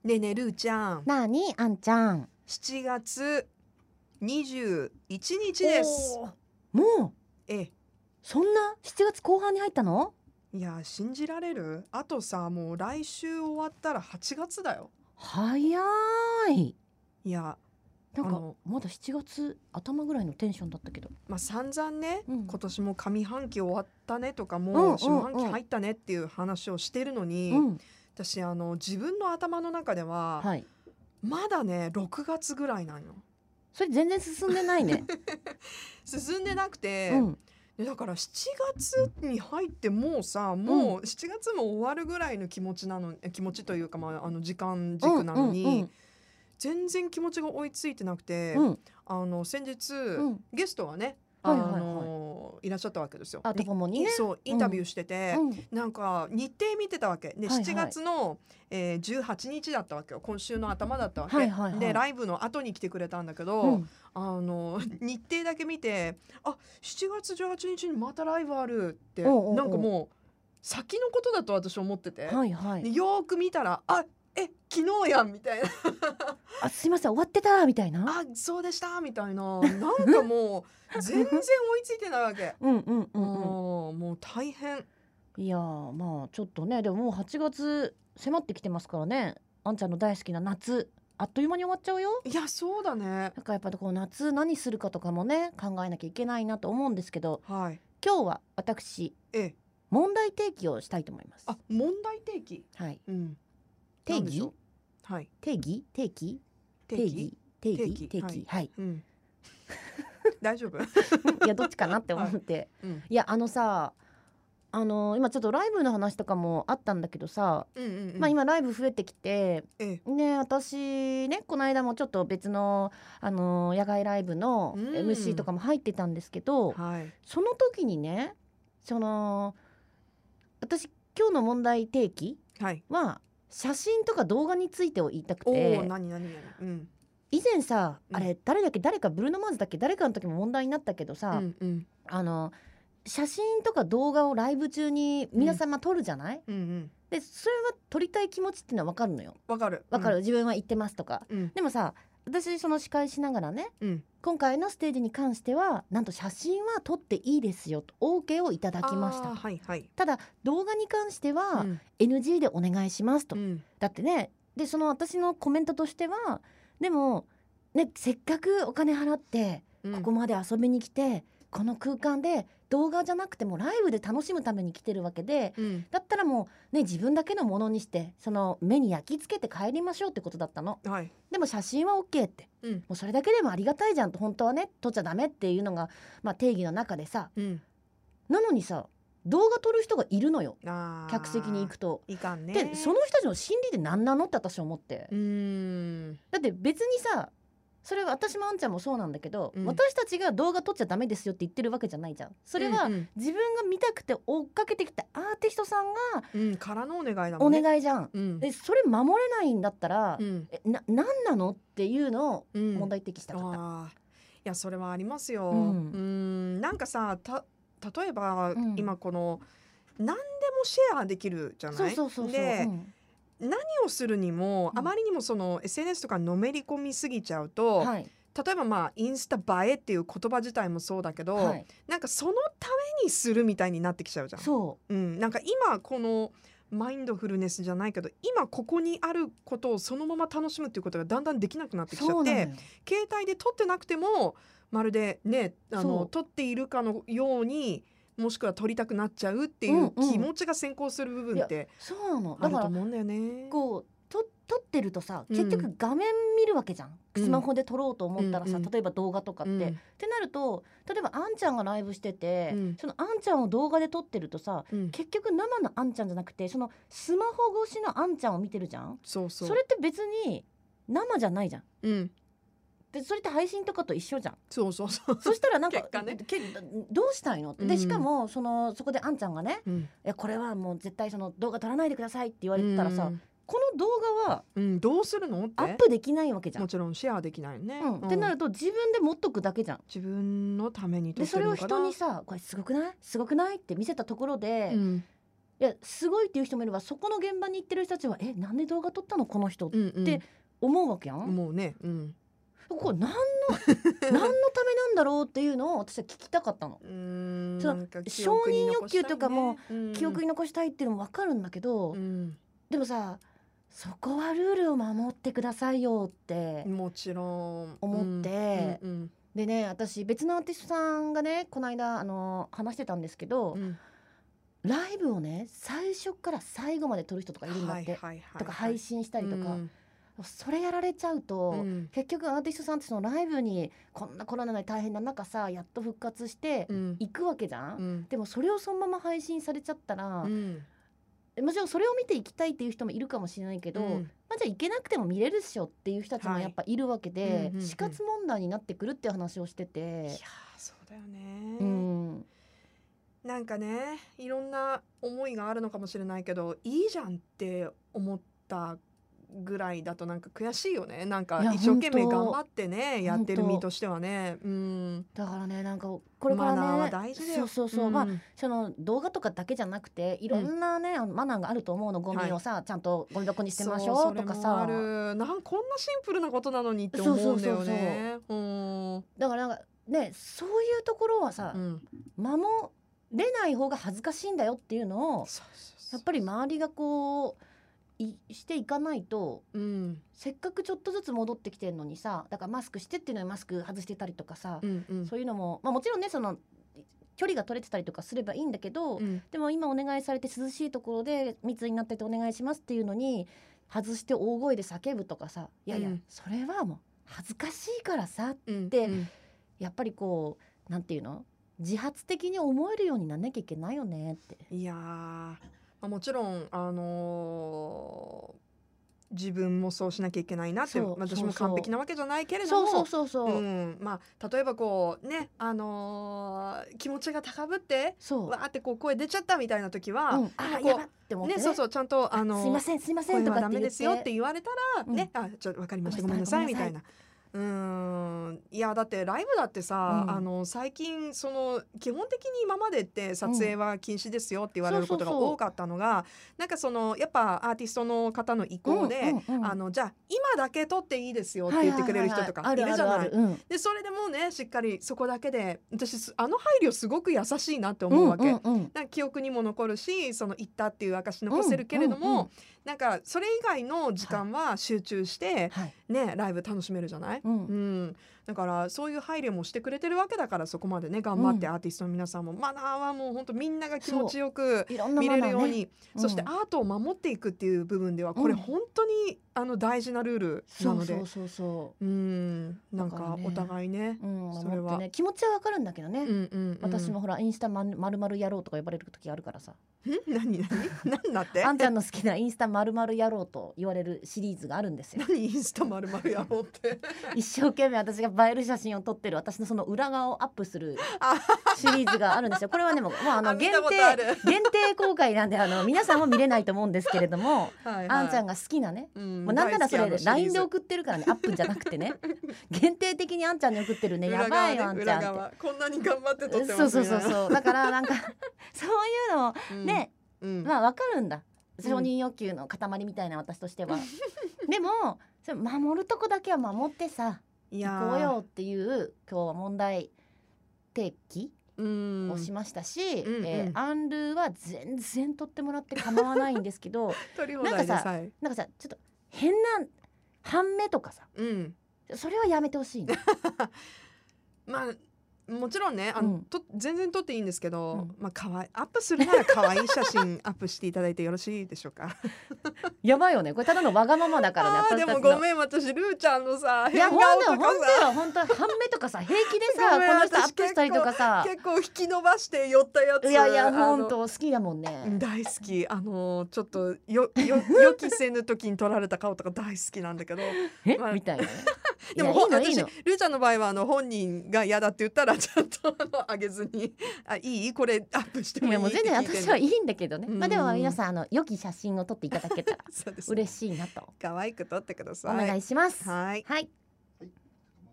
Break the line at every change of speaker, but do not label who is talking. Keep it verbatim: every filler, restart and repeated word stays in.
ねえねえるーちゃん、
なにあんちゃん。
しちがつにじゅういちにちです。
もう
え
そんなしちがつこう半に入ったの？
いや信じられる？あとさ、もう来週終わったらはちがつだよ。
早い。
いや
なんか
あの
まだしちがつ頭ぐらいのテンションだったけど、
まあ散々ね、
うん
今年も上半期終わったねとか、
うんうんうん
もう下半期入ったねっていう話をしてるのに、
うん
私あの自分の頭の中では、
はい、
まだねろくがつぐらいなんよ。
それ全然進んでないね
進んでなくて、
うん
でだからしちがつに入ってもうさ、もうしちがつも終わるぐらいの気持ちなの、気持ちというか、まあ、あの時間軸なのに、
うんうん
全然気持ちが追いついてなくて、
うんうん
あの先日、
ん
ゲストがね、あ
はいはいはい
のいらっしゃったわけですよ。
あともにね
いそうインタビューしてて、
うん
なんか日程見てたわけで、
はいはい
しちがつの、えー、じゅうはちにちだったわけよ。今週の頭だったわけ、
はいはいはい
でライブの後に来てくれたんだけど、
うん
あの日程だけ見て、あしちがつじゅうはちにちにまたライブあるって、
おうおうおう
なんかもう先のことだと私思ってて、
はいはい
でよーく見たら、あえ昨日やんみたいな
あすいません終わってたみたいな。
あそうでしたみたいな、なんかもう全然追いついてないわけ
うんうんうんうん
もうもう大変。
いやーまあちょっとね、でももうはちがつ迫ってきてますからね。あんちゃんの大好きな夏あっという間に終わっちゃうよ。
いやそうだね。
だからやっぱりこう夏何するかとかもね考えなきゃいけないなと思うんですけど、
はい
今日は私
ええ
問題提起をしたいと思います。
あ問題提起、
はい、
うん、
定義
なんでしょうはい
定義定義
提起
定義定義
定義
定義はい、
うん大丈夫
いやどっちかなって思って、
うん
いやあのさあの今ちょっとライブの話とかもあったんだけどさ、
うんうんうん
まあ今ライブ増えてきて
ええ
ね、私ねこの間もちょっと別の、あの野外ライブの
うん
エムシー とかも入ってたんですけど、
はい
その時にねその私今日の問題提起
はい
は写真とか動画についてを言いたく
お
て、
お何何何うん
以前さ、
うん
あれ誰だっけ誰かブルーノマーズだっけ誰かの時も問題になったけど
う
さ、
んうん
あの写真とか動画をライブ中に皆様撮るじゃない、
うんうん
でそれは撮りたい気持ちっていうのは分かるのよ。
わかる
分かる、自分は言ってますとか。
うん
でもさ私その司会しながらね
うん
今回のステージに関してはなんと写真は撮っていいですよと オーケー をいただきました
あー
と。
はいはい
ただ動画に関しては
うん
エヌジー でお願いしますと、
うん
だってねでその私のコメントとしてはでもねせっかくお金払って
うん
ここまで遊びに来て、この空間で動画じゃなくてもライブで楽しむために来てるわけで、
うん
だったらもうね自分だけのものにしてその目に焼き付けて帰りましょうってことだったの。
はい
でも写真は OK って
うん
もうそれだけでもありがたいじゃんと、本当はね撮っちゃダメっていうのが、まあ、定義の中でさ、
うん
なのにさ動画撮る人がいるのよ
あー
客席に行くと。
いかんね。
でその人たちの心理で何なのって私思って、
うーん
だって別にさそれは私もあんちゃんもそうなんだけど、
うん
私たちが動画撮っちゃダメですよって言ってるわけじゃないじゃん。それは
うんうん
自分が見たくて追っかけてきたアーティストさんが
うんからのお願いだも
お
んね。
願いじゃん。
うん
でそれ守れないんだったら、
うん
えな何なのっていうのを
うん
問題提起したかった。
あーいやそれはありますよ。
う
うんーんなんかさた例えば、
うん
今この何でもシェアできるじゃない。
そうそうそうそう、
で、
うん
何をするにも、
うん
あまりにもその エスエヌエス とかのめり込みすぎちゃうと、
はい
例えばまあインスタ映えっていう言葉自体もそうだけど、
はい、
なんかそのためにするみたいになってきちゃうじゃん。
そ
うん、なんか今このマインドフルネスじゃないけど今ここにあることをそのまま楽しむっていうことがだんだんできなくなって
う
きちゃって
そうなのよ。
携帯で撮ってなくてもまるでねあの
そう
撮っているかのようにもしくは撮りたくなっちゃうってい
うんう
うん気持ちが先行する部分って
そうなの
ある
だから
と思うんだよね。
こうと撮ってるとさ
うん
結局画面見るわけじゃん、
うん
スマホで撮ろうと思ったらさ、
うんうん
例えば動画とかって、
うん
ってなると例えばあんちゃんがライブしてて、
うん
そのあんちゃんを動画で撮ってるとさ
うん
結局生のあんちゃんじゃなくてそのスマホ越しのあんちゃんを見てるじゃん。
そうそう
それって別に生じゃないじゃん。
うん
でそれって配信とかと一緒じゃん。
そうそうそう
そしたらなんか
結果ね
けどうしたいの、
うん
でしかもそのそこであんちゃんがね
うん
いやこれはもう絶対その動画撮らないでくださいって言われてたらさ、
うん
この動画は
うん、どうするのって
アップできないわけじゃん。
もちろんシェアできないよね、
うん、ってなると自分で持っとくだけじゃん。
自分のために撮
でそれを
ってるのかな。
人にさこれすごくないすごくないって見せたところで、
うん
いやすごいっていう人もいれば、そこの現場に行ってる人たちはえなんで動画撮ったのこの人っ
うんうん
て思うわけやん、
もうね、うん、
これ何の何のためなんだろうっていうのを私は聞きたかったの。
うーん
そう
なんか記
承
憶に
認欲求
残したいね
とかも
うん
記憶に残したいっていうのも分かるんだけど、
うん
でもさそこはルールを守ってくださいよって
もちろん
思って
うんうん
でね、私別のアーティストさんがねこの間あの話してたんですけど、
うんうん
ライブをね最初から最後まで撮る人とかいるんだって、
はいはいはい
とか配信したりとか、
うん
それやられちゃうと、
うん
結局アーティストさんってそのライブにこんなコロナで大変な中さやっと復活して
うん
行くわけじゃん、
うん
でもそれをそのまま配信されちゃったら、
うん
もちろんそれを見ていきたいっていう人もいるかもしれないけど、
うん
まあ、じゃあ行けなくても見れるっしょっていう人たちもやっぱいるわけで、
はいうんうんうん
死活問題になってくるっていう話をしてて、
いやーそうだよね、
うん
なんかねいろんな思いがあるのかもしれないけどいいじゃんって思ったぐらいだとなんか悔しいよね。なんか
いや
一生懸命
本当
頑張ってねやってる身としてはね、うん、
だからねなんかこれからね、
マナーは大事だよ。
そうそうそう、
ん
まあその動画とかだけじゃなくていろんなね、あのマナーがあると思うの。ゴミをさ、ちゃんとゴミ箱に捨てましょうとか
そうそれも
さ、
あるなんこんなシンプルなことなのにって思うんだよね。うん
だからなんかねそういうところはさ、
うん
守れない方が恥ずかしいんだよっていうのを
そうそうそう
やっぱり周りがこういしていかないと、
うん
せっかくちょっとずつ戻ってきてるのにさ、だからマスクしてっていうのにマスク外してたりとかさ、
うんうん
そういうのも、まあ、もちろんねその距離が取れてたりとかすればいいんだけど、
うん
でも今お願いされて涼しいところで密になっててお願いしますっていうのに外して大声で叫ぶとかさ、いやいや、
うん
それはもう恥ずかしいからさ、
うん
で
うん
やっぱりこうなんていうの自発的に思えるようにならなきゃいけないよねって。
いやー、まあ、もちろん、あのー自分もそうしなきゃいけないなって
そう
私も
そうそう
完璧なわけじゃないけれども
そうそうそうそう、
うんまあ、例えばこうね、あのー気持ちが高ぶって
そう
わーってこう声出ちゃったみたいな時は、
うん、あ
なんかこう
やばって思ってね
ねそうそうちゃんと、あのー
すいませんすいません
声はダ
とかって言って
メですよって言われたら、
うん
ねあちょっと分かりましたご
ごめんなさい
めんなさいみたいな。うーんいやだってライブだってさ、
うん
あの最近その基本的に今までって撮影は禁止ですよって言われることが
そうそうそう
多かったのが、なんかそのやっぱアーティストの方の意向で、
うんうんうん
あのじゃあ今だけ撮っていいですよって言ってくれる人とかいるじゃない。でそれでもうねしっかりそこだけで私すあの配慮すごく優しいなって思うわけ。
うんうんうん
なんか記憶にも残るしその行ったっていう証残せるけれども、
うんうんうん
なんかそれ以外の時間は集中して、
はい
ねライブ楽しめるじゃない、
うん
うん、だからそういう配慮もしてくれてるわけだからそこまでね頑張ってアーティストの皆さんも、マナーはもう本当みんなが気持ちよく
いろんな
見
マナーね
れるように、
うん
そしてアートを守っていくっていう部分ではこれ
うん
本当にあの大事なルールなので、
そうそうそうそ
うんなん
だからね
かお互いね、
う、うん、
それは
思ってね気持ちはわかるんだけどね、
うんうんうん、
私もほらインスタまるまるやろうとか呼ばれる時あるからさ、
ん何何何だって
あんちゃんの好きなインスタまるまるやろうと言われるシリーズがあるんですよ。
何インスタまるまるやろうって
一生懸命私が映える写真を撮ってる私のその裏側をアップする
あ
シリーズがあるんですよ。これはねもう、まあ、あ
あ見
の限
たことある
定限定公開なんであの皆さんも見れないと思うんですけれども
はい、はい、
あんちゃんが好きなね、
うん
もうなんならそれ
大好きあのシリー
ライン
ズ
で送ってるからねアップじゃなくてね限定的にあんちゃんに送ってるねやばいよあんちゃんっ
裏側こんなに頑張って撮って
て。
ます
そうそうそうそうだからなんかそういうのを
うん
ね、
うん
まあわかるんだ
うん
承認欲求の塊みたいな私としては、でもそれ守るとこだけは守ってさ
いや
行こうよっていう今日は問題提起
うん
をしましたし、
うんうん
えーアンルーは全然取ってもらって構わないんですけど
取り放題でさえ
なんかさちょっと変な半目とかさ
うん
それはやめてほしいね。
まあもちろんねあの、
うん
と全然撮っていいんですけど、
うん
まあかわいアップするなら可愛い写真アップしていただいてよろしいでしょうか
やばいよねこれただのわがままだからね
あーで
私たちの。
もごめん私ルーちゃんのさ
いや
変
ほんとよ
顔とか
ほんと
さ
よほんと半目とかさ平気でさ
ごめん
この人ア
私
ップしたりとかさ
結構引き伸ばして寄ったやつ
いやいや
あの
ほんと好きだもんね。
大好きあのちょっとよよ予期せぬ時に撮られた顔とか大好きなんだけど
え、
まあ
みたいなね。
でも
いやいいの
ほん私
いいの
ルーちゃんの場合はあの本人が嫌だって言ったらちゃんとあの上げずにあいいこれアップしてもいい
いやもう全然
って聞いてんの
私はいいんだけどね、
うん
まあでも皆さんあの良き写真を撮っていただけたら
そうです
嬉しいなと
可愛く撮ってください
お願いします。
はい
はい